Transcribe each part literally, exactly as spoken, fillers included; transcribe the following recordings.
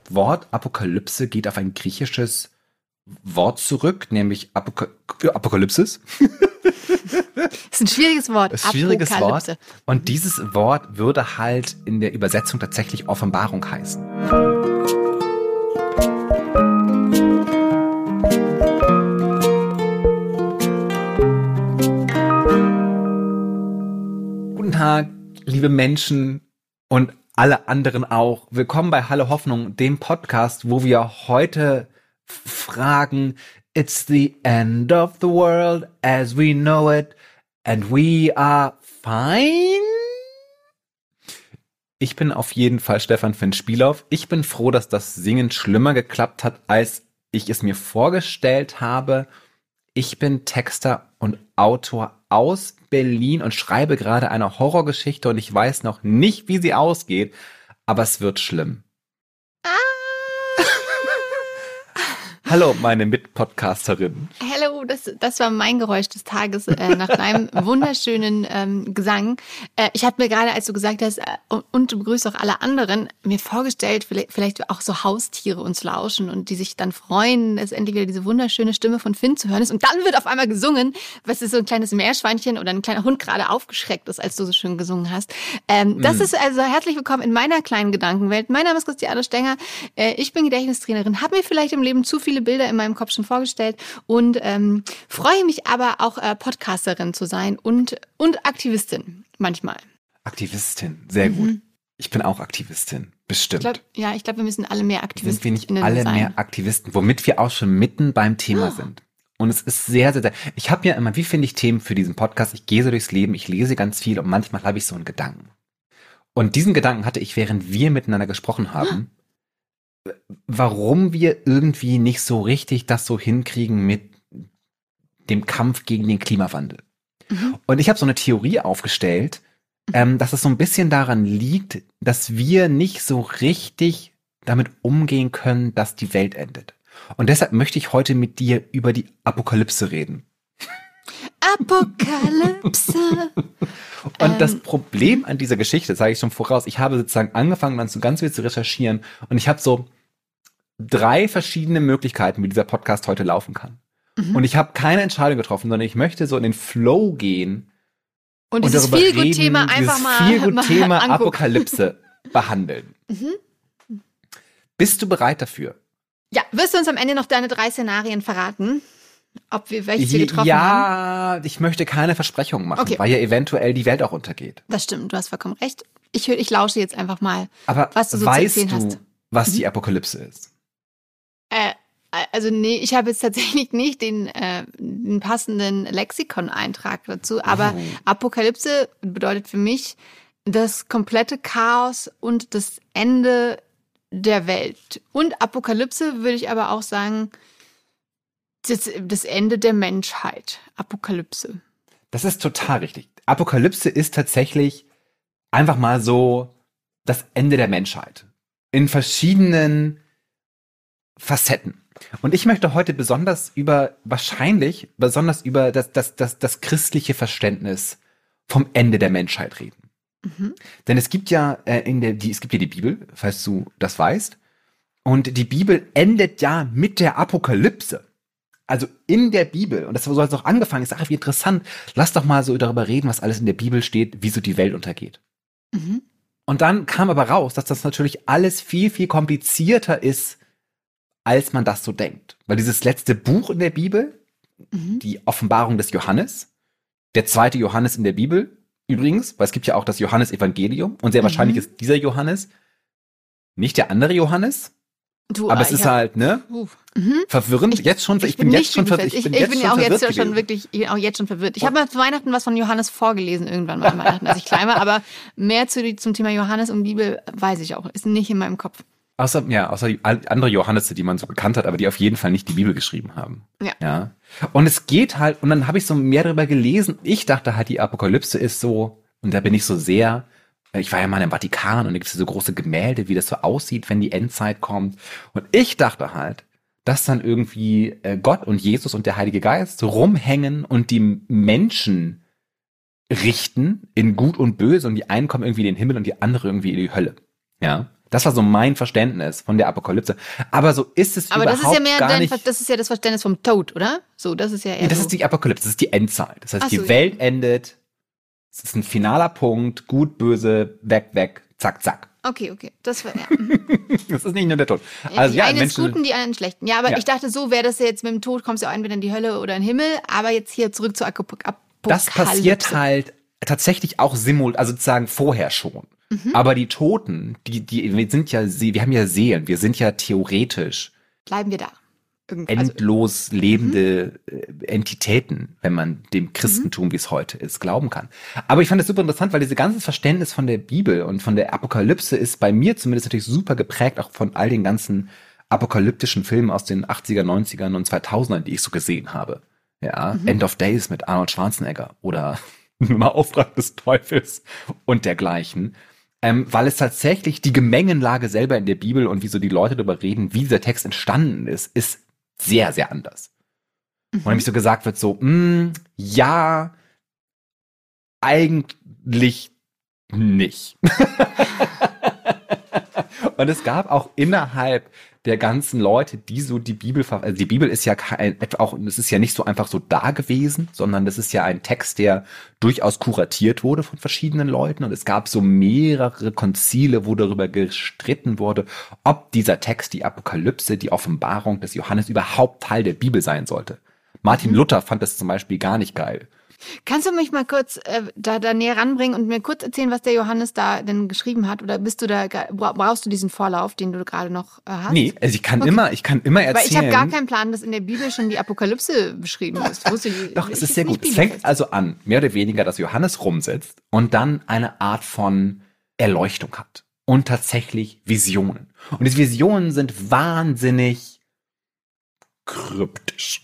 Wort Apokalypse geht auf ein griechisches Wort zurück, nämlich Apoka- Apokalypsis. Das ist ein schwieriges Wort. Das ist ein schwieriges Wort. Und dieses Wort würde halt in der Übersetzung tatsächlich Offenbarung heißen. Guten Tag, liebe Menschen und alle anderen auch. Willkommen bei Hallo Hoffnung, dem Podcast, wo wir heute fragen, it's the end of the world as we know it and we are fine? Ich bin auf jeden Fall Stefan Finn-Spielhoff. Ich bin froh, dass das Singen schlimmer geklappt hat, als ich es mir vorgestellt habe. Ich bin Texter und Autor aus Berlin und schreibe gerade eine Horrorgeschichte und ich weiß noch nicht, wie sie ausgeht, aber es wird schlimm. Ah. Hallo, meine Mitpodcasterin. Hallo, das, das war mein Geräusch des Tages äh, nach deinem wunderschönen ähm, Gesang. Äh, ich habe mir gerade, als du gesagt hast, äh, und, und du begrüßt auch alle anderen, mir vorgestellt, vielleicht, vielleicht auch so Haustiere uns lauschen und die sich dann freuen, dass endlich wieder diese wunderschöne Stimme von Finn zu hören ist. Und dann wird auf einmal gesungen, was ist so ein kleines Meerschweinchen oder ein kleiner Hund gerade aufgeschreckt ist, als du so schön gesungen hast. Ähm, mm. Das ist also herzlich willkommen in meiner kleinen Gedankenwelt. Mein Name ist Christiane Stenger. Äh, ich bin Gedächtnistrainerin, habe mir vielleicht im Leben zu viele Bilder in meinem Kopf schon vorgestellt und ähm, freue mich aber auch äh, Podcasterin zu sein und, und Aktivistin manchmal. Aktivistin, sehr mhm. gut. Ich bin auch Aktivistin, bestimmt. Ich glaub, ja, ich glaube, wir müssen alle mehr Aktivisten Sind wir nicht alle sein. mehr Aktivisten, womit wir auch schon mitten beim Thema oh. sind. Und es ist sehr, sehr, sehr, ich habe ja immer, wie finde ich Themen für diesen Podcast? Ich gehe so durchs Leben, ich lese ganz viel und manchmal habe ich so einen Gedanken. Und diesen Gedanken hatte ich, während wir miteinander gesprochen haben, oh. warum wir irgendwie nicht so richtig das so hinkriegen mit dem Kampf gegen den Klimawandel. Mhm. Und ich habe so eine Theorie aufgestellt, ähm, dass es so ein bisschen daran liegt, dass wir nicht so richtig damit umgehen können, dass die Welt endet. Und deshalb möchte ich heute mit dir über die Apokalypse reden. Apokalypse. Und ähm. das Problem an dieser Geschichte, sage ich schon voraus, ich habe sozusagen angefangen, dann so ganz viel zu recherchieren und ich habe so drei verschiedene Möglichkeiten, wie dieser Podcast heute laufen kann. Mhm. Und ich habe keine Entscheidung getroffen, sondern ich möchte so in den Flow gehen und, und dieses Feelgood-Thema einfach mal Feelgood-Thema Apokalypse behandeln. Mhm. Bist du bereit dafür? Ja, wirst du uns am Ende noch deine drei Szenarien verraten? Ob wir welches wir getroffen ja, haben? Ja, ich möchte keine Versprechungen machen, okay. weil ja eventuell die Welt auch untergeht. Das stimmt, du hast vollkommen recht. Ich, ich lausche jetzt einfach mal, Aber was du so weißt zu erzählen du, hast. was mhm. die Apokalypse ist? Äh, also nee, ich habe jetzt tatsächlich nicht den, äh, den passenden Lexikon-Eintrag dazu, aber oh. Apokalypse bedeutet für mich das komplette Chaos und das Ende der Welt. Und Apokalypse würde ich aber auch sagen, das, das Ende der Menschheit. Apokalypse. Das ist total richtig. Apokalypse ist tatsächlich einfach mal so das Ende der Menschheit. In verschiedenen Facetten. Und ich möchte heute besonders über, wahrscheinlich besonders über das, das, das, das christliche Verständnis vom Ende der Menschheit reden. Mhm. Denn es gibt ja äh, in der, die, es gibt ja die Bibel, falls du das weißt. Und die Bibel endet ja mit der Apokalypse. Also in der Bibel, und das so hat es auch angefangen, ist ach, wie interessant, lass doch mal so darüber reden, was alles in der Bibel steht, wie so die Welt untergeht. Mhm. Und dann kam aber raus, dass das natürlich alles viel, viel komplizierter ist, als man das so denkt. Weil dieses letzte Buch in der Bibel, mhm. die Offenbarung des Johannes, der zweite Johannes in der Bibel übrigens, weil es gibt ja auch das Johannesevangelium und sehr mhm. wahrscheinlich ist dieser Johannes nicht der andere Johannes, du, aber äh, es ist ja. halt, ne, uh. mhm. verwirrend. Ich, jetzt schon, ich, ich bin, bin jetzt schon verwirrt. Ich, ich bin, ich bin ja auch jetzt schon wirklich, ich bin auch jetzt schon verwirrt. Ich habe mal zu Weihnachten was von Johannes vorgelesen, irgendwann mal an Weihnachten, als ich klein war, aber mehr zu, zum Thema Johannes und Bibel weiß ich auch, ist nicht in meinem Kopf. Außer, ja, außer die andere Johannese, die man so gekannt hat, aber die auf jeden Fall nicht die Bibel geschrieben haben. Ja. ja. Und es geht halt, und dann habe ich so mehr darüber gelesen. Ich dachte halt, die Apokalypse ist so, und da bin ich so sehr, ich war ja mal im Vatikan und da gibt es so große Gemälde, wie das so aussieht, wenn die Endzeit kommt. Und ich dachte halt, dass dann irgendwie äh, Gott und Jesus und der Heilige Geist rumhängen und die Menschen richten in Gut und Böse und die einen kommen irgendwie in den Himmel und die andere irgendwie in die Hölle. Ja. Das war so mein Verständnis von der Apokalypse. Aber so ist es Aber überhaupt das ist ja mehr gar dein, nicht. das ist ja das Verständnis vom Tod, oder? So, das ist ja eher Nee, das so. ist die Apokalypse, das ist die Endzeit. Das heißt, Ach so, die ja. Welt endet, es ist ein finaler Punkt, gut, böse, weg, weg, zack, zack. Okay, okay, das war ja. mhm. Das ist nicht nur der Tod. Ja, Also die ja, einen ist Menschen, Guten, die anderen schlechten. Ja, aber Ja. ich dachte, so wäre das ja jetzt mit dem Tod, kommst du auch entweder in die Hölle oder in den Himmel. Aber jetzt hier zurück zur Apok Apokalypse. das passiert halt tatsächlich auch simul, also sozusagen vorher schon. Mhm. Aber die Toten, die, die, wir sind ja, wir haben ja Seelen, wir sind ja theoretisch Bleiben wir da. Irgendwie. Also, endlos lebende äh, Entitäten, wenn man dem Christentum, wie es heute ist, glauben kann. Aber ich fand es super interessant, weil dieses ganze Verständnis von der Bibel und von der Apokalypse ist bei mir zumindest natürlich super geprägt, auch von all den ganzen apokalyptischen Filmen aus den achtziger, neunzigern und zweitausendern, die ich so gesehen habe. Ja, Mhm. End of Days mit Arnold Schwarzenegger oder Im Auftrag des Teufels und dergleichen. Ähm, weil es tatsächlich die Gemengenlage selber in der Bibel und wie so die Leute darüber reden, wie dieser Text entstanden ist, ist sehr, sehr anders. mhm. Und nämlich so gesagt wird so, mh, ja, eigentlich nicht. Und es gab auch innerhalb der ganzen Leute, die so die Bibel, ver- also die Bibel ist ja kein, auch, es ist ja nicht so einfach so da gewesen, sondern das ist ja ein Text, der durchaus kuratiert wurde von verschiedenen Leuten und es gab so mehrere Konzile, wo darüber gestritten wurde, ob dieser Text, die Apokalypse, die Offenbarung des Johannes überhaupt Teil der Bibel sein sollte. Martin Mhm. Luther fand das zum Beispiel gar nicht geil. Kannst du mich mal kurz äh, da, da näher ranbringen und mir kurz erzählen, was der Johannes da denn geschrieben hat? Oder bist du da, bra- brauchst du diesen Vorlauf, den du gerade noch äh, hast? Nee, also ich kann Okay. immer, ich kann immer Weil ich erzählen. habe gar keinen Plan, dass in der Bibel schon die Apokalypse beschrieben ist. Wusste ich- Doch, ich es ist sehr nicht gut. Es fängt bibelfest. also an, mehr oder weniger, dass Johannes rumsitzt und dann eine Art von Erleuchtung hat. Und tatsächlich Visionen. Und diese Visionen sind wahnsinnig kryptisch.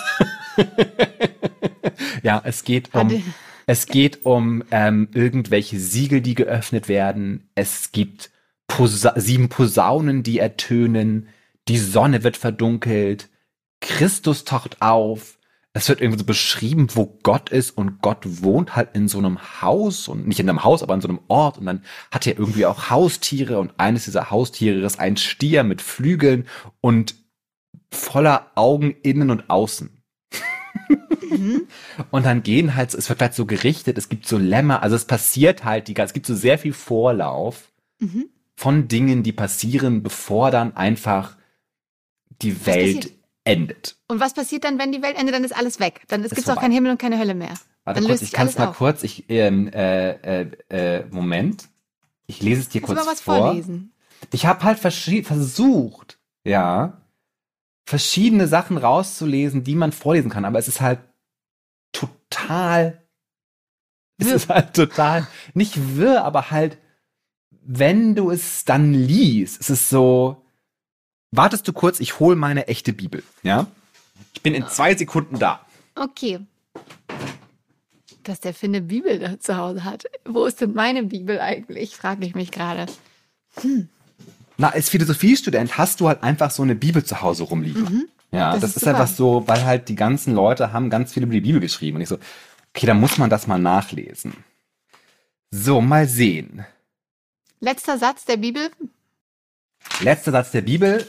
Ja, es geht um, Hatte- es geht um ähm, irgendwelche Siegel, die geöffnet werden. Es gibt Posa sieben Posaunen, die ertönen. Die Sonne wird verdunkelt. Christus taucht auf. Es wird irgendwie so beschrieben, wo Gott ist und Gott wohnt halt in so einem Haus und nicht in einem Haus, aber an so einem Ort und dann hat er irgendwie auch Haustiere und eines dieser Haustiere ist ein Stier mit Flügeln und voller Augen innen und außen. Mhm. Und dann gehen halt, es wird halt so gerichtet, es gibt so Lämmer, also es passiert halt, die, es gibt so sehr viel Vorlauf Mhm. von Dingen, die passieren, bevor dann einfach die Welt passiert? endet. Und was passiert dann, wenn die Welt endet? Dann ist alles weg. Dann Ist gibt es auch vorbei. keinen Himmel und keine Hölle mehr. Warte Dann kurz, löst ich sich kann es alles mal auf. kurz, ich, ähm, äh, äh, äh, Moment. Ich lese es dir Kannst du kurz mal was vor. vorlesen? Ich habe halt verschi- versucht, ja, verschiedene Sachen rauszulesen, die man vorlesen kann, aber es ist halt total, es Wirr. ist halt total, nicht wirr, aber halt, wenn du es dann liest, es ist so, wartest du kurz, ich hole meine echte Bibel, ja? Ich bin in zwei Sekunden da. Okay. Dass der Finn eine Bibel da zu Hause hat. Wo ist denn meine Bibel eigentlich? Frage ich mich gerade. Na, als Philosophiestudent hast du halt einfach so eine Bibel zu Hause rumliegen. Mhm. Ja, Das das, ist ist, super. einfach so, weil halt die ganzen Leute haben ganz viel über die Bibel geschrieben. Und ich so, okay, dann muss man das mal nachlesen. So, mal sehen. Letzter Satz der Bibel. Letzter Satz der Bibel.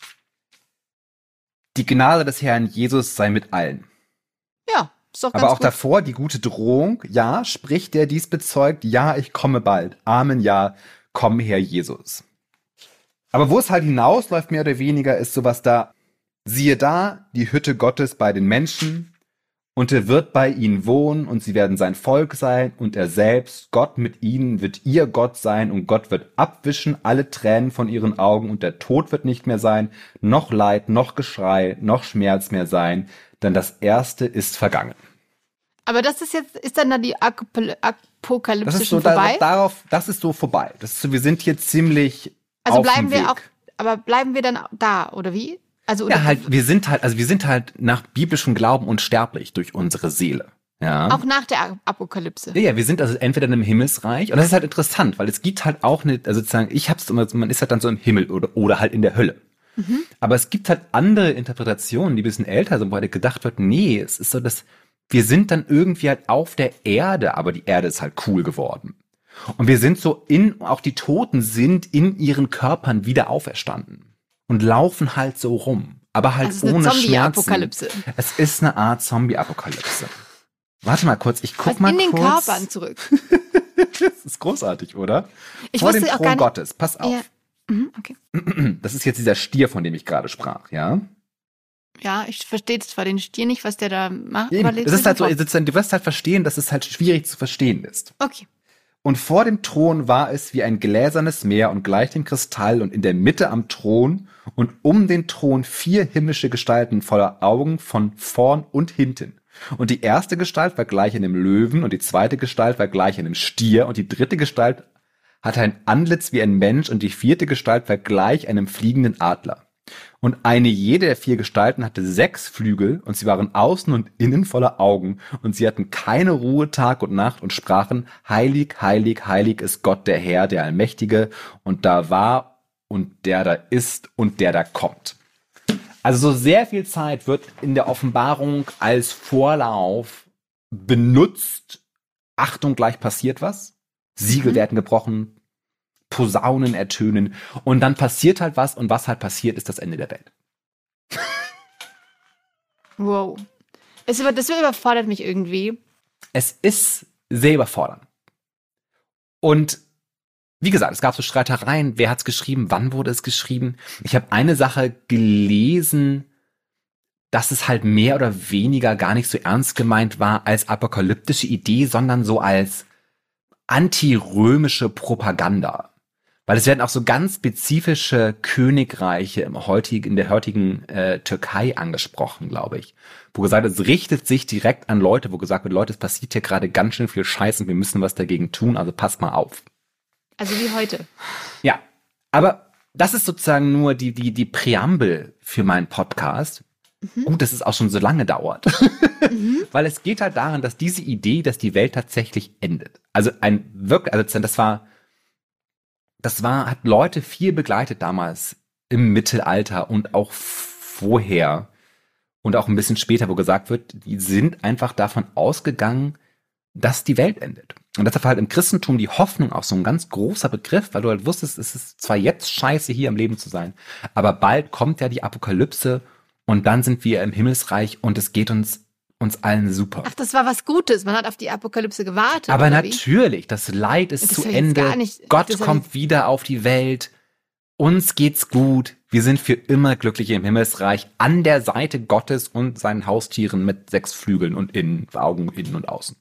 Die Gnade des Herrn Jesus sei mit allen. Ja, ist doch ganz Aber auch gut. davor die gute Drohung. Ja, spricht der dies bezeugt. Ja, ich komme bald. Amen, ja, komm her, Jesus. Aber wo es halt hinausläuft, mehr oder weniger, ist sowas da. Siehe da, die Hütte Gottes bei den Menschen. Und er wird bei ihnen wohnen und sie werden sein Volk sein und er selbst, Gott mit ihnen, wird ihr Gott sein und Gott wird abwischen alle Tränen von ihren Augen und der Tod wird nicht mehr sein, noch Leid, noch Geschrei, noch Schmerz mehr sein, denn das Erste ist vergangen. Aber das ist jetzt, ist dann da die Akopal- Apokalypse Das ist so, schon vorbei? da, darauf, das ist so vorbei. Das ist so, wir sind hier ziemlich also auf bleiben dem wir Weg. auch, aber bleiben wir dann da, oder wie? Also, Ja, oder halt, wir sind halt, also wir sind halt nach biblischem Glauben unsterblich durch unsere Seele. Ja. auch nach der A- Apokalypse. Ja, ja, wir sind also entweder in einem Himmelsreich und das ist halt interessant, weil es gibt halt auch eine, also sozusagen, ich hab's immer, man ist halt dann so im Himmel oder, oder halt in der Hölle. Mhm. Aber es gibt halt andere Interpretationen, die ein bisschen älter sind, wo halt gedacht wird, nee, es ist so, dass wir sind dann irgendwie halt auf der Erde, aber die Erde ist halt cool geworden. Und wir sind so in, auch die Toten sind in ihren Körpern wieder auferstanden und laufen halt so rum, aber halt Also es ist ohne eine Schmerzen. Zombie-Apokalypse. Es ist eine Art Zombie-Apokalypse. Warte mal kurz, ich guck Was mal in den kurz. Körpern zurück. Das ist großartig, oder? Ich Vor dem wusste auch Thron gar nicht- Gottes, pass auf. Ja. Mhm, okay. Das ist jetzt dieser Stier, von dem ich gerade sprach, ja? Ja, ich verstehe zwar den Stier nicht, was der da macht. Eben, aber das ist halt so, lese du wirst halt verstehen, dass es halt schwierig zu verstehen ist. vor. Okay. Und vor dem Thron war es wie ein gläsernes Meer und gleich dem Kristall und in der Mitte am Thron und um den Thron vier himmlische Gestalten voller Augen von vorn und hinten. Und die erste Gestalt war gleich einem Löwen und die zweite Gestalt war gleich einem Stier und die dritte Gestalt hatte ein Antlitz wie ein Mensch und die vierte Gestalt war gleich einem fliegenden Adler. Und eine jede der vier Gestalten hatte sechs Flügel und sie waren außen und innen voller Augen und sie hatten keine Ruhe Tag und Nacht und sprachen, heilig, heilig, heilig ist Gott der Herr, der Allmächtige und da war und der da ist und der da kommt. Also so sehr viel Zeit wird in der Offenbarung als Vorlauf benutzt. Achtung, gleich passiert was. Siegel Mhm. werden gebrochen. Posaunen ertönen und dann passiert halt was und was halt passiert, ist das Ende der Welt. Wow. Es über, das überfordert mich irgendwie. Es ist sehr überfordernd. Und wie gesagt, es gab so Streitereien, wer hat es geschrieben, wann wurde es geschrieben. Ich habe eine Sache gelesen, dass es halt mehr oder weniger gar nicht so ernst gemeint war als apokalyptische Idee, sondern so als antirömische Propaganda. Weil es werden auch so ganz spezifische Königreiche im heutigen, in der heutigen äh, Türkei angesprochen, glaube ich. Wo gesagt wird, es richtet sich direkt an Leute, wo gesagt wird, Leute, es passiert hier gerade ganz schön viel Scheiß und wir müssen was dagegen tun, also passt mal auf. Also wie heute. Ja, aber das ist sozusagen nur die, die, die Präambel für meinen Podcast. Mhm. Gut, dass es auch schon so lange dauert. Mhm. Weil es geht halt daran, dass diese Idee, dass die Welt tatsächlich endet. Also ein wirklich, also das war Das war, hat Leute viel begleitet damals im Mittelalter und auch vorher und auch ein bisschen später, wo gesagt wird, die sind einfach davon ausgegangen, dass die Welt endet. Und deshalb war halt im Christentum die Hoffnung auch so ein ganz großer Begriff, weil du halt wusstest, es ist zwar jetzt scheiße, hier im Leben zu sein, aber bald kommt ja die Apokalypse und dann sind wir im Himmelsreich und es geht uns uns allen super. Ach, das war was Gutes. Man hat auf die Apokalypse gewartet. Aber oder natürlich, das Leid ist Das zu hab ich jetzt Ende. gar nicht- Gott das hab kommt wieder auf die Welt. Uns geht's gut. Wir sind für immer glücklich im Himmelsreich an der Seite Gottes und seinen Haustieren mit sechs Flügeln und innen, Augen innen und außen.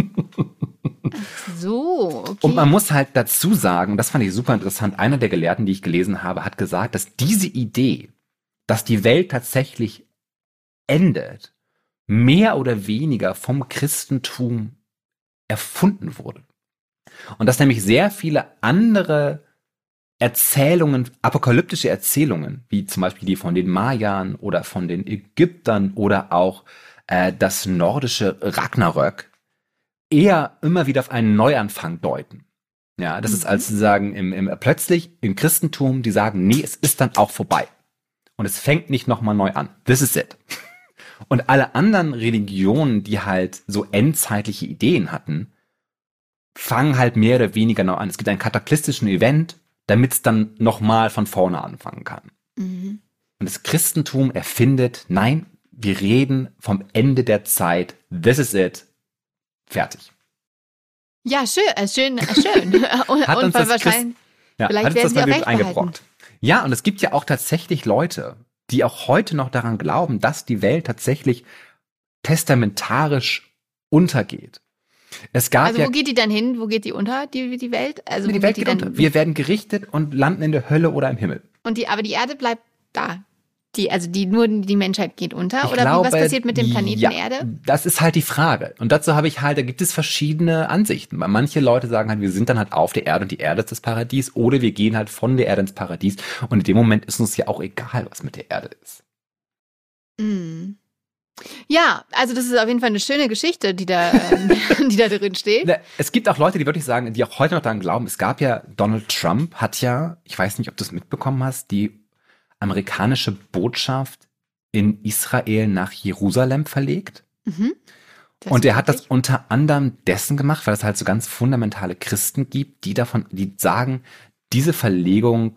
wie? So, okay. Und man muss halt dazu sagen, das fand ich super interessant, einer der Gelehrten, die ich gelesen habe, hat gesagt, dass diese Idee, dass die Welt tatsächlich endet, mehr oder weniger vom Christentum erfunden wurde. Und dass nämlich sehr viele andere Erzählungen, apokalyptische Erzählungen, wie zum Beispiel die von den Mayern oder von den Ägyptern oder auch äh, das nordische Ragnarök, eher immer wieder auf einen Neuanfang deuten. Ja, das mhm. ist als zu sagen, im, im, plötzlich im Christentum, die sagen, nee, es ist dann auch vorbei. Und es fängt nicht nochmal neu an. This is it. Und alle anderen Religionen, die halt so endzeitliche Ideen hatten, fangen halt mehr oder weniger noch an. Es gibt einen kataklystischen Event, damit es dann nochmal von vorne anfangen kann. Mhm. Und das Christentum erfindet, nein, wir reden vom Ende der Zeit. This is it. Fertig. Ja, schön, äh, schön, äh, schön. Und, hat und uns weil das wahrscheinlich, Christ, ja, vielleicht hat uns werden das sie auch mal recht eingebrockt. Ja, und es gibt ja auch tatsächlich Leute, die auch heute noch daran glauben, dass die Welt tatsächlich testamentarisch untergeht. Es gab Also ja, wo geht die dann hin? Wo geht die unter, die, die Welt? Also die wo Welt geht geht die unter. Wir werden gerichtet und landen in der Hölle oder im Himmel. Und die, aber die Erde bleibt da. Die, also die, nur die Menschheit geht unter? Ich Oder glaube, wie, was passiert mit dem Planeten ja, Erde? Das ist halt die Frage. Und dazu habe ich halt, da gibt es verschiedene Ansichten. Weil manche Leute sagen halt, wir sind dann halt auf der Erde und die Erde ist das Paradies. Oder wir gehen halt von der Erde ins Paradies. Und in dem Moment ist uns ja auch egal, was mit der Erde ist. Mm. Ja, also das ist auf jeden Fall eine schöne Geschichte, die da, ähm, die da drin steht. Es gibt auch Leute, die wirklich sagen, die auch heute noch daran glauben. Es gab ja, Donald Trump hat ja, ich weiß nicht, ob du es mitbekommen hast, die amerikanische Botschaft in Israel nach Jerusalem verlegt. Mhm. Das Und er ist hat das wirklich- unter anderem dessen gemacht, weil es halt so ganz fundamentale Christen gibt, die davon, die sagen, diese Verlegung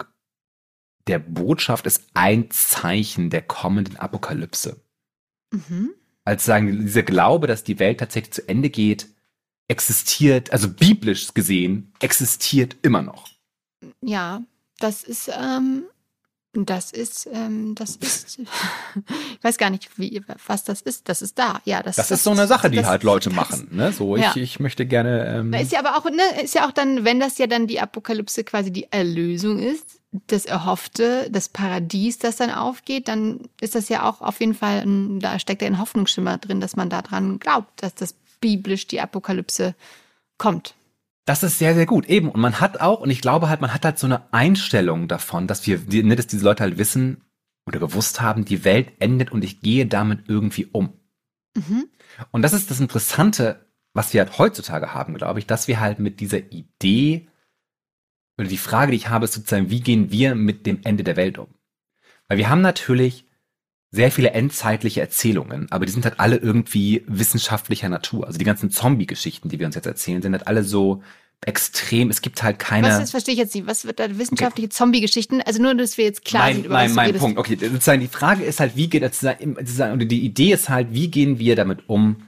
der Botschaft ist ein Zeichen der kommenden Apokalypse. Mhm. Als sagen, dieser Glaube, dass die Welt tatsächlich zu Ende geht, existiert, also biblisch gesehen, existiert immer noch. Ja, das ist, ähm, das ist, ähm, das ist, ich weiß gar nicht, wie, was das ist. Das ist da, ja. Das, Das ist so eine Sache, die das- halt Leute das- machen. Ne? So, ich, ja. ich möchte gerne. Ähm, Da ist ja aber auch, ne, ist ja auch dann, wenn das ja dann die Apokalypse quasi die Erlösung ist, das Erhoffte, das Paradies, das dann aufgeht, dann ist das ja auch auf jeden Fall, ein, da steckt ja ein Hoffnungsschimmer drin, dass man daran glaubt, dass das biblisch die Apokalypse kommt. Das ist sehr, sehr gut. Eben. Und man hat auch, und ich glaube halt, man hat halt so eine Einstellung davon, dass wir, die, ne, dass diese Leute halt wissen oder gewusst haben, die Welt endet und ich gehe damit irgendwie um. Mhm. Und das ist das Interessante, was wir halt heutzutage haben, glaube ich, dass wir halt mit dieser Idee, oder die Frage, die ich habe, ist sozusagen, wie gehen wir mit dem Ende der Welt um? Weil wir haben natürlich sehr viele endzeitliche Erzählungen, aber die sind halt alle irgendwie wissenschaftlicher Natur. Also die ganzen Zombie-Geschichten, die wir uns jetzt erzählen, sind halt alle so extrem. Es gibt halt keine... Was ist, verstehe ich jetzt nicht, was wird da wissenschaftliche Zombie-Geschichten? Also nur, dass wir jetzt klar mein, sind, über mein, was du mein redest. Punkt. Okay, sozusagen die Frage ist halt, wie geht das sozusagen, oder die Idee ist halt, wie gehen wir damit um,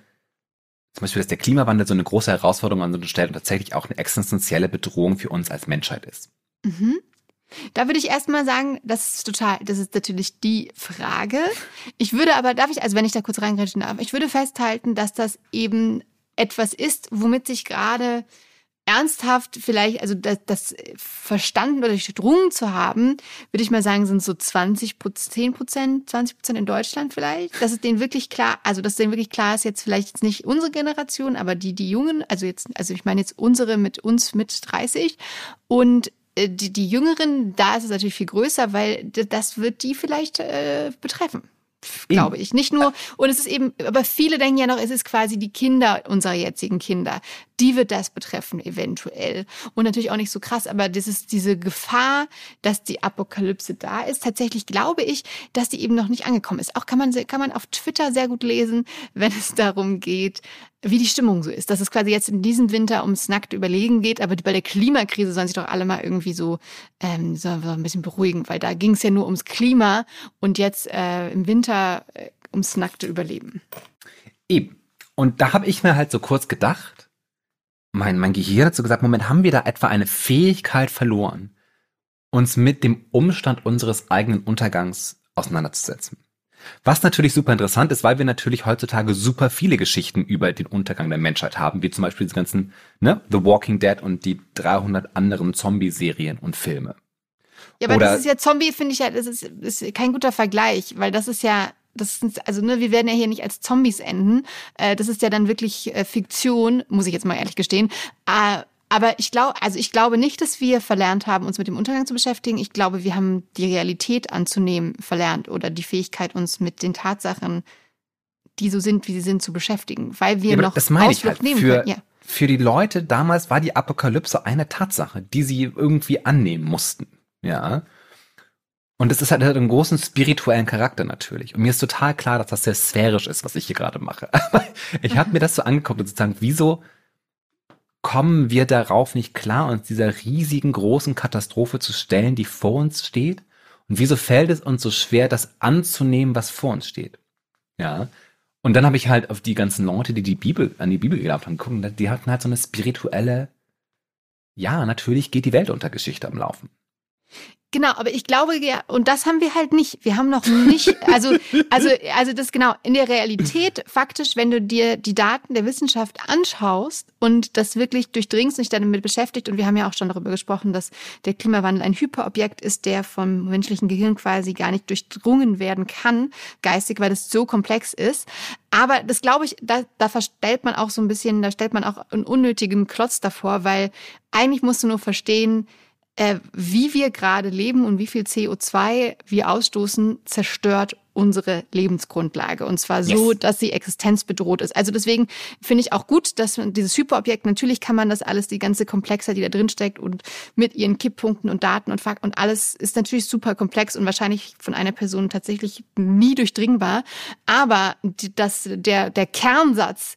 zum Beispiel, dass der Klimawandel so eine große Herausforderung an uns stellt und tatsächlich auch eine existenzielle Bedrohung für uns als Menschheit ist. Mhm. Da würde ich erstmal sagen, das ist total, das ist natürlich die Frage. Ich würde aber, darf ich, also wenn ich da kurz reingreifen darf, ich würde festhalten, dass das eben etwas ist, womit sich gerade ernsthaft vielleicht, also das, das verstanden oder durchdrungen zu haben, würde ich mal sagen, sind so zwanzig Prozent, zehn Prozent, zwanzig Prozent in Deutschland vielleicht. Dass es denen wirklich klar, also dass denen wirklich klar ist, jetzt vielleicht jetzt nicht unsere Generation, aber die, die Jungen, also jetzt, also ich meine jetzt unsere mit uns mit dreißig und Die, die Jüngeren, da ist es natürlich viel größer, weil das wird die vielleicht äh, betreffen, glaube ich. Nicht nur, und es ist eben, aber viele denken ja noch, es ist quasi die Kinder unserer jetzigen Kinder. Die wird das betreffen eventuell. Und natürlich auch nicht so krass, aber das ist diese Gefahr, dass die Apokalypse da ist. Tatsächlich glaube ich, dass die eben noch nicht angekommen ist. Auch kann man, kann man auf Twitter sehr gut lesen, wenn es darum geht, wie die Stimmung so ist. Dass es quasi jetzt in diesem Winter ums nackte Überlegen geht, aber bei der Klimakrise sollen sich doch alle mal irgendwie so, ähm, so ein bisschen beruhigen, weil da ging es ja nur ums Klima und jetzt äh, im Winter äh, ums nackte Überleben. Eben. Und da habe ich mir halt so kurz gedacht, mein, mein Gehirn hat so gesagt, Moment, haben wir da etwa eine Fähigkeit verloren, uns mit dem Umstand unseres eigenen Untergangs auseinanderzusetzen? Was natürlich super interessant ist, weil wir natürlich heutzutage super viele Geschichten über den Untergang der Menschheit haben, wie zum Beispiel diese ganzen, ne, The Walking Dead und die dreihundert anderen Zombie-Serien und Filme. Ja, aber Oder- das ist ja Zombie, finde ich ja, das ist, ist kein guter Vergleich, weil das ist ja, das ist, also ne, wir werden ja hier nicht als Zombies enden. Äh, das ist ja dann wirklich äh, Fiktion, muss ich jetzt mal ehrlich gestehen. Äh, aber ich glaube, also ich glaube nicht, dass wir verlernt haben, uns mit dem Untergang zu beschäftigen. Ich glaube, wir haben die Realität anzunehmen verlernt oder die Fähigkeit, uns mit den Tatsachen, die so sind, wie sie sind, zu beschäftigen, weil wir Ja, aber noch das meine ich Ausflucht halt. nehmen Für, können. Ja. für die Leute damals war die Apokalypse eine Tatsache, die sie irgendwie annehmen mussten. Ja. Und es ist halt einen großen spirituellen Charakter natürlich. Und mir ist total klar, dass das sehr sphärisch ist, was ich hier gerade mache. Aber ich habe mir das so angeguckt und sozusagen, wieso kommen wir darauf nicht klar, uns dieser riesigen, großen Katastrophe zu stellen, die vor uns steht? Und wieso fällt es uns so schwer, das anzunehmen, was vor uns steht? Ja. Und dann habe ich halt auf die ganzen Leute, die die Bibel, an die Bibel geglaubt haben, gucken, die hatten halt so eine spirituelle, ja, natürlich geht die Welt unter Geschichte am Laufen. Genau, aber ich glaube ja, und das haben wir halt nicht. Wir haben noch nicht, also, also, also das genau, in der Realität faktisch, wenn du dir die Daten der Wissenschaft anschaust und das wirklich durchdringst und dich damit beschäftigt, und wir haben ja auch schon darüber gesprochen, dass der Klimawandel ein Hyperobjekt ist, der vom menschlichen Gehirn quasi gar nicht durchdrungen werden kann, geistig, weil das so komplex ist. Aber das glaube ich, da, da verstellt man auch so ein bisschen, da stellt man auch einen unnötigen Klotz davor, weil eigentlich musst du nur verstehen, Äh, wie wir gerade leben und wie viel C O zwei wir ausstoßen, zerstört unsere Lebensgrundlage. Und zwar so, Yes. dass sie existenzbedroht ist. Also deswegen finde ich auch gut, dass man dieses Hyperobjekt, natürlich kann man das alles, die ganze Komplexheit, die da drin steckt und mit ihren Kipppunkten und Daten und Fakten und alles ist natürlich super komplex und wahrscheinlich von einer Person tatsächlich nie durchdringbar. Aber die- das, der, der Kernsatz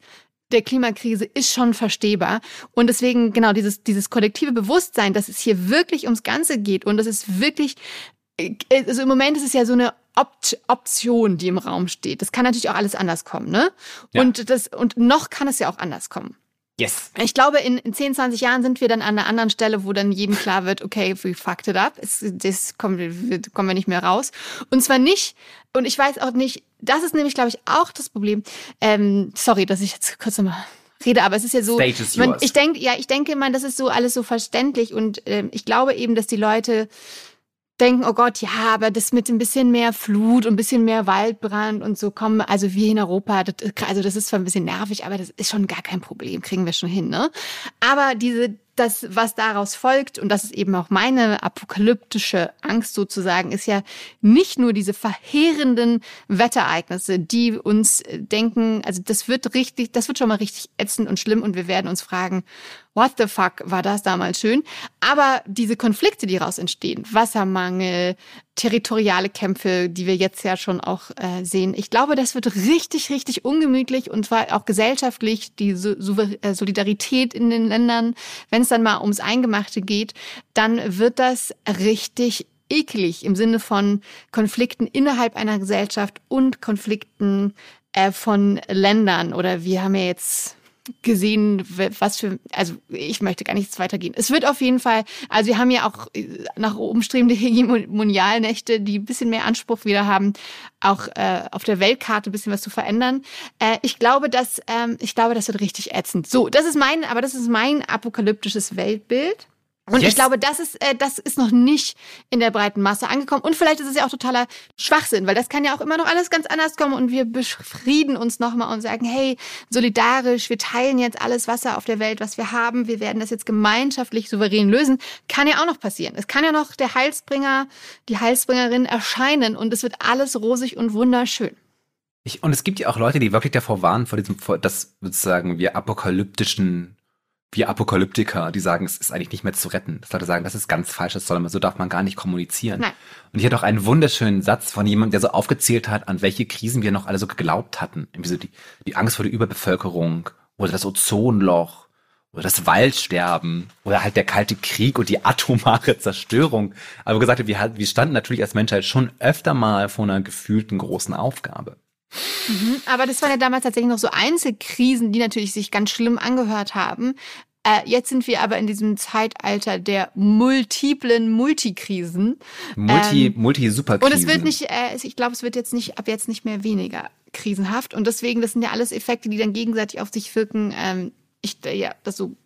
der Klimakrise ist schon verstehbar. Und deswegen, genau, dieses, dieses kollektive Bewusstsein, dass es hier wirklich ums Ganze geht und dass es wirklich, also im Moment ist es ja so eine Opt- Option, die im Raum steht. Das kann natürlich auch alles anders kommen, ne? Ja. Und das, und noch kann es ja auch anders kommen. Yes. Ich glaube, in, in zehn, zwanzig Jahren sind wir dann an einer anderen Stelle, wo dann jedem klar wird, okay, we fucked it up. Es, das kommen wir, kommen wir nicht mehr raus. Und zwar nicht, und ich weiß auch nicht, das ist nämlich, glaube ich, auch das Problem. Ähm, sorry, dass ich jetzt kurz nochmal rede, aber es ist ja so, Stage is man, yours. ich denke, ja, ich denke, man, das ist so alles so verständlich und ähm, ich glaube eben, dass die Leute denken, oh Gott, ja, aber das mit ein bisschen mehr Flut und ein bisschen mehr Waldbrand und so kommen, also wir in Europa, das, also das ist zwar ein bisschen nervig, aber das ist schon gar kein Problem, kriegen wir schon hin, ne? Aber diese, das, was daraus folgt, und das ist eben auch meine apokalyptische Angst sozusagen, ist ja nicht nur diese verheerenden Wetterereignisse, die uns denken, also das wird richtig, das wird schon mal richtig ätzend und schlimm und wir werden uns fragen, what the fuck, war das damals schön? Aber diese Konflikte, die daraus entstehen, Wassermangel, territoriale Kämpfe, die wir jetzt ja schon auch äh, sehen, ich glaube, das wird richtig, richtig ungemütlich und zwar auch gesellschaftlich, die so- Souver- äh, Solidarität in den Ländern, wenn es dann mal ums Eingemachte geht, dann wird das richtig eklig im Sinne von Konflikten innerhalb einer Gesellschaft und Konflikten äh, von Ländern. Oder wir haben ja jetzt gesehen, was für, also ich möchte gar nichts weitergehen. Es wird auf jeden Fall, also wir haben ja auch nach oben strebende Hegemonialnächte, die ein bisschen mehr Anspruch wieder haben, auch äh, auf der Weltkarte ein bisschen was zu verändern. Äh, ich glaube, dass ähm, ich glaube, das wird richtig ätzend. So, das ist mein, aber das ist mein apokalyptisches Weltbild. Und Yes. ich glaube, das ist, äh, das ist noch nicht in der breiten Masse angekommen. Und vielleicht ist es ja auch totaler Schwachsinn, weil das kann ja auch immer noch alles ganz anders kommen und wir befrieden uns nochmal und sagen, hey, solidarisch, wir teilen jetzt alles Wasser auf der Welt, was wir haben. Wir werden das jetzt gemeinschaftlich souverän lösen. Kann ja auch noch passieren. Es kann ja noch der Heilsbringer, die Heilsbringerin erscheinen und es wird alles rosig und wunderschön. Ich, und es gibt ja auch Leute, die wirklich davor warnen, vor diesem, vor, das sozusagen wir apokalyptischen, wir Apokalyptiker, die sagen, es ist eigentlich nicht mehr zu retten. Dass Leute sagen, das ist ganz falsch, das soll man, so darf man gar nicht kommunizieren. Nein. Und ich hatte auch einen wunderschönen Satz von jemandem, der so aufgezählt hat, an welche Krisen wir noch alle so geglaubt hatten. Irgendwie so die, die Angst vor der Überbevölkerung oder das Ozonloch oder das Waldsterben oder halt der Kalte Krieg und die atomare Zerstörung. Aber gesagt, wir, wir standen natürlich als Menschheit schon öfter mal vor einer gefühlten großen Aufgabe. Mhm, aber das waren ja damals tatsächlich noch so Einzelkrisen, die natürlich sich ganz schlimm angehört haben. Äh, jetzt sind wir aber in diesem Zeitalter der multiplen Multikrisen. Multi, Ähm, Multi-Superkrisen. Und es wird nicht, äh, ich glaube, es wird jetzt nicht, ab jetzt nicht mehr weniger krisenhaft. Und deswegen, das sind ja alles Effekte, die dann gegenseitig auf sich wirken. Ähm, ich, äh, ja, das so,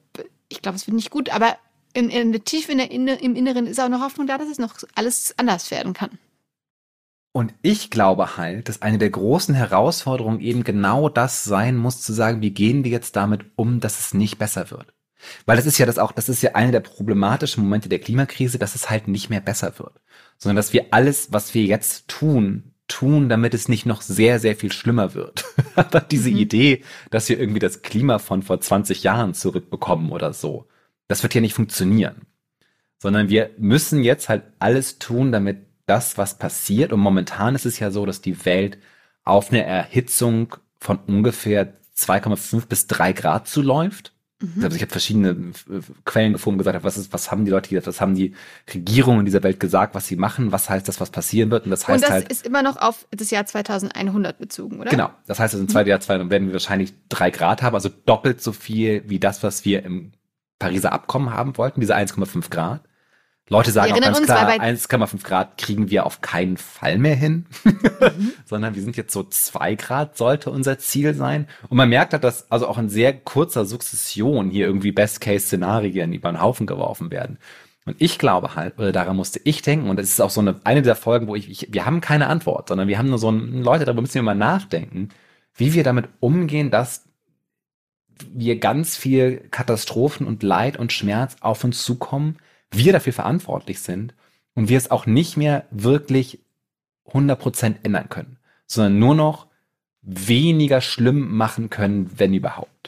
ich glaube, es wird nicht gut, aber in, in der Tiefe in der Inne, im Inneren ist auch noch Hoffnung da, dass es noch alles anders werden kann. Und ich glaube halt, dass eine der großen Herausforderungen eben genau das sein muss, zu sagen, wie gehen wir jetzt damit um, dass es nicht besser wird. Weil das ist ja das auch, das ist ja eine der problematischen Momente der Klimakrise, dass es halt nicht mehr besser wird. Sondern dass wir alles, was wir jetzt tun, tun, damit es nicht noch sehr, sehr viel schlimmer wird. Aber diese mhm. Idee, dass wir irgendwie das Klima von vor zwanzig Jahren zurückbekommen oder so, das wird ja nicht funktionieren. Sondern wir müssen jetzt halt alles tun, damit das, was passiert, und momentan ist es ja so, dass die Welt auf eine Erhitzung von ungefähr zwei Komma fünf bis drei Grad zuläuft. Mhm. Also ich habe verschiedene Quellen gefunden, gesagt, was ist, was haben die Leute gesagt, was haben die Regierungen dieser Welt gesagt, was sie machen, was heißt das, was passieren wird, und das heißt und das halt, ist immer noch auf das Jahr zweitausendeinhundert bezogen, oder? Genau, das heißt, also im zweiten Jahr zweihundert werden wir wahrscheinlich drei Grad haben, also doppelt so viel wie das, was wir im Pariser Abkommen haben wollten, diese eins Komma fünf Grad. Leute sagen auch ganz uns, klar, weil bei eins Komma fünf Grad kriegen wir auf keinen Fall mehr hin, mhm. sondern wir sind jetzt so zwei Grad sollte unser Ziel sein. Und man merkt halt, dass also auch in sehr kurzer Sukzession hier irgendwie Best-Case-Szenarien über den Haufen geworfen werden. Und ich glaube halt, oder daran musste ich denken, und das ist auch so eine, eine dieser Folgen, wo ich, ich, wir haben keine Antwort, sondern wir haben nur so ein, Leute, darüber müssen wir mal nachdenken, wie wir damit umgehen, dass wir ganz viel Katastrophen und Leid und Schmerz auf uns zukommen, wir dafür verantwortlich sind und wir es auch nicht mehr wirklich hundert Prozent ändern können, sondern nur noch weniger schlimm machen können, wenn überhaupt.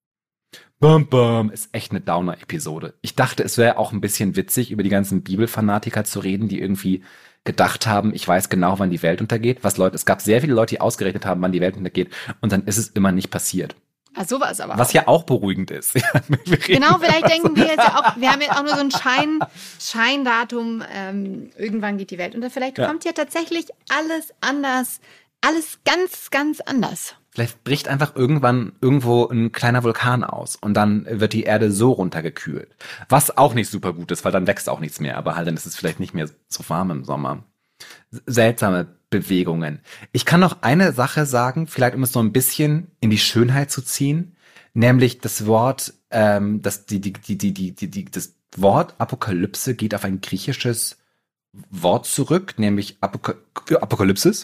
Bum, bum, ist echt eine Downer-Episode. Ich dachte, es wäre auch ein bisschen witzig, über die ganzen Bibelfanatiker zu reden, die irgendwie gedacht haben, ich weiß genau, wann die Welt untergeht. Was Leute, es gab sehr viele Leute, die ausgerechnet haben, wann die Welt untergeht, und dann ist es immer nicht passiert. Ah, sowas aber. Was auch. ja auch beruhigend ist. Genau, vielleicht denken wir jetzt ja auch, wir haben jetzt auch nur so ein Schein, Scheindatum, ähm, irgendwann geht die Welt unter. Vielleicht Ja. kommt ja tatsächlich alles anders, alles ganz, ganz anders. Vielleicht bricht einfach irgendwann irgendwo ein kleiner Vulkan aus und dann wird die Erde so runtergekühlt. Was auch nicht super gut ist, weil dann wächst auch nichts mehr, aber halt dann ist es vielleicht nicht mehr so warm im Sommer. Seltsame Bewegungen. Ich kann noch eine Sache sagen, vielleicht um es so ein bisschen in die Schönheit zu ziehen, nämlich das Wort, ähm, das, die, die, die, die, die, die, das Wort Apokalypse geht auf ein griechisches Wort zurück, nämlich Apoka- Apokalypsis.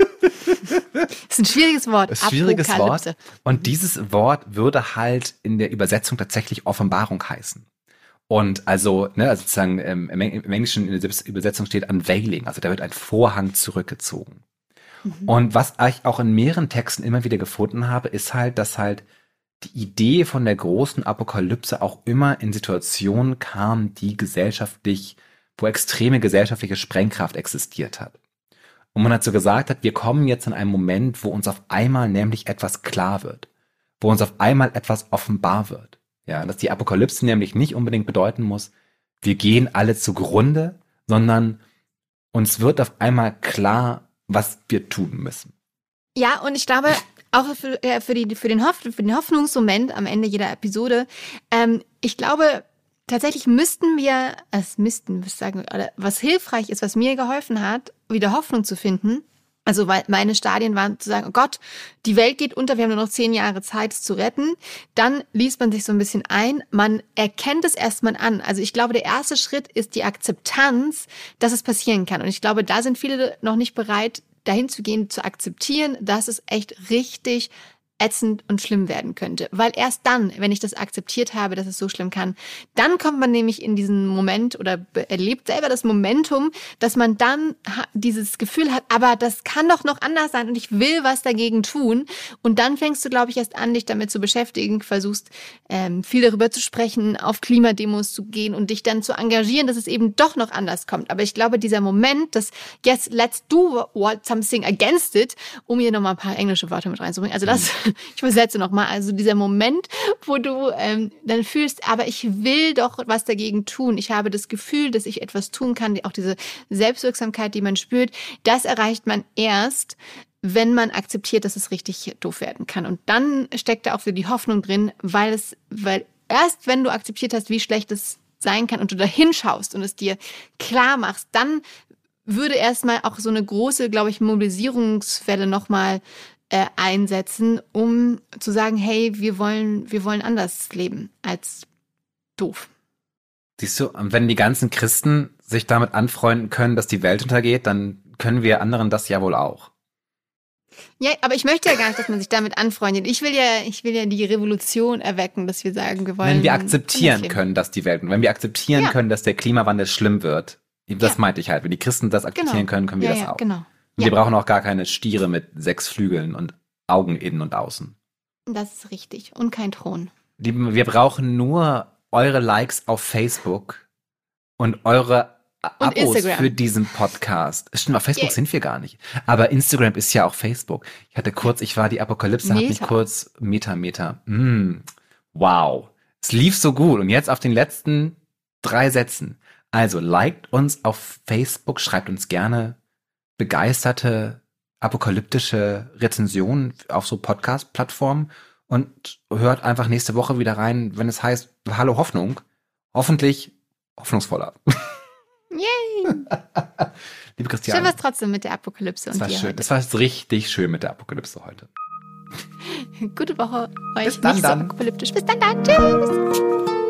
Das ist ein schwieriges Wort. Das ist ein schwieriges Apokalypse. Wort. Und dieses Wort würde halt in der Übersetzung tatsächlich Offenbarung heißen. Und also, ne, also sozusagen ähm, im Englischen in der Übersetzung steht Unveiling, also da wird ein Vorhang zurückgezogen. Mhm. Und was ich auch in mehreren Texten immer wieder gefunden habe, ist halt, dass halt die Idee von der großen Apokalypse auch immer in Situationen kam, die gesellschaftlich, wo extreme gesellschaftliche Sprengkraft existiert hat. Und man hat so gesagt hat, wir kommen jetzt in einen Moment, wo uns auf einmal nämlich etwas klar wird, wo uns auf einmal etwas offenbar wird. Ja, dass die Apokalypse nämlich nicht unbedingt bedeuten muss, wir gehen alle zugrunde, sondern uns wird auf einmal klar, was wir tun müssen. Ja, und ich glaube, auch für, äh, für, die, für, den, Hoff, für den Hoffnungsmoment am Ende jeder Episode, ähm, ich glaube, tatsächlich müssten wir, es müssten wir sagen, oder was hilfreich ist, was mir geholfen hat, wieder Hoffnung zu finden. Also weil meine Stadien waren zu sagen, oh Gott, die Welt geht unter, wir haben nur noch zehn Jahre Zeit, es zu retten. Dann liest man sich so ein bisschen ein, man erkennt es erstmal an. Also ich glaube, der erste Schritt ist die Akzeptanz, dass es passieren kann. Und ich glaube, da sind viele noch nicht bereit, dahin zu gehen, zu akzeptieren, dass es echt richtig ätzend und schlimm werden könnte. Weil erst dann, wenn ich das akzeptiert habe, dass es so schlimm kann, dann kommt man nämlich in diesen Moment oder erlebt selber das Momentum, dass man dann dieses Gefühl hat, aber das kann doch noch anders sein und ich will was dagegen tun. Und dann fängst du, glaube ich, erst an, dich damit zu beschäftigen, versuchst ähm, viel darüber zu sprechen, auf Klimademos zu gehen und dich dann zu engagieren, dass es eben doch noch anders kommt. Aber ich glaube, dieser Moment, dass yes, let's do what something against it, um hier nochmal ein paar englische Wörter mit reinzubringen, also das ich übersetze nochmal, also dieser Moment, wo du ähm, dann fühlst, aber ich will doch was dagegen tun. Ich habe das Gefühl, dass ich etwas tun kann, auch diese Selbstwirksamkeit, die man spürt, das erreicht man erst, wenn man akzeptiert, dass es richtig doof werden kann. Und dann steckt da auch wieder die Hoffnung drin, weil es, weil erst wenn du akzeptiert hast, wie schlecht es sein kann und du da hinschaust und es dir klar machst, dann würde erstmal auch so eine große, glaube ich, Mobilisierungswelle nochmal Äh, einsetzen, um zu sagen, hey, wir wollen, wir wollen anders leben als doof. Siehst du, wenn die ganzen Christen sich damit anfreunden können, dass die Welt untergeht, dann können wir anderen das ja wohl auch. Ja, aber ich möchte ja gar nicht, dass man sich damit anfreundet. Ich will ja, ich will ja die Revolution erwecken, dass wir sagen, wir wollen. Wenn wir akzeptieren können, dass die Welt, wenn wir akzeptieren ja. können, dass der Klimawandel schlimm wird, das ja. meinte ich halt. Wenn die Christen das akzeptieren genau. können, können wir ja, das ja, auch. Genau. Und ja. wir brauchen auch gar keine Stiere mit sechs Flügeln und Augen innen und außen. Das ist richtig. Und kein Thron. Lieben, wir brauchen nur eure Likes auf Facebook und eure und Abos Instagram. für diesen Podcast. Stimmt, auf Facebook yeah. sind wir gar nicht. Aber Instagram ist ja auch Facebook. Ich hatte kurz, ich war die Apokalypse, hat mich kurz Meta, Meta. Mm, wow. Es lief so gut. Und jetzt auf den letzten drei Sätzen. Also, liked uns auf Facebook, schreibt uns gerne begeisterte apokalyptische Rezensionen auf so Podcast-Plattformen und hört einfach nächste Woche wieder rein, wenn es heißt, hallo Hoffnung. Hoffentlich hoffnungsvoller. Yay! Liebe Christiane. Schön was trotzdem mit der Apokalypse und das war dir schön. heute. Das war richtig schön mit der Apokalypse heute. Gute Woche euch. Bis dann, nicht so dann. apokalyptisch. Bis dann, dann. Tschüss!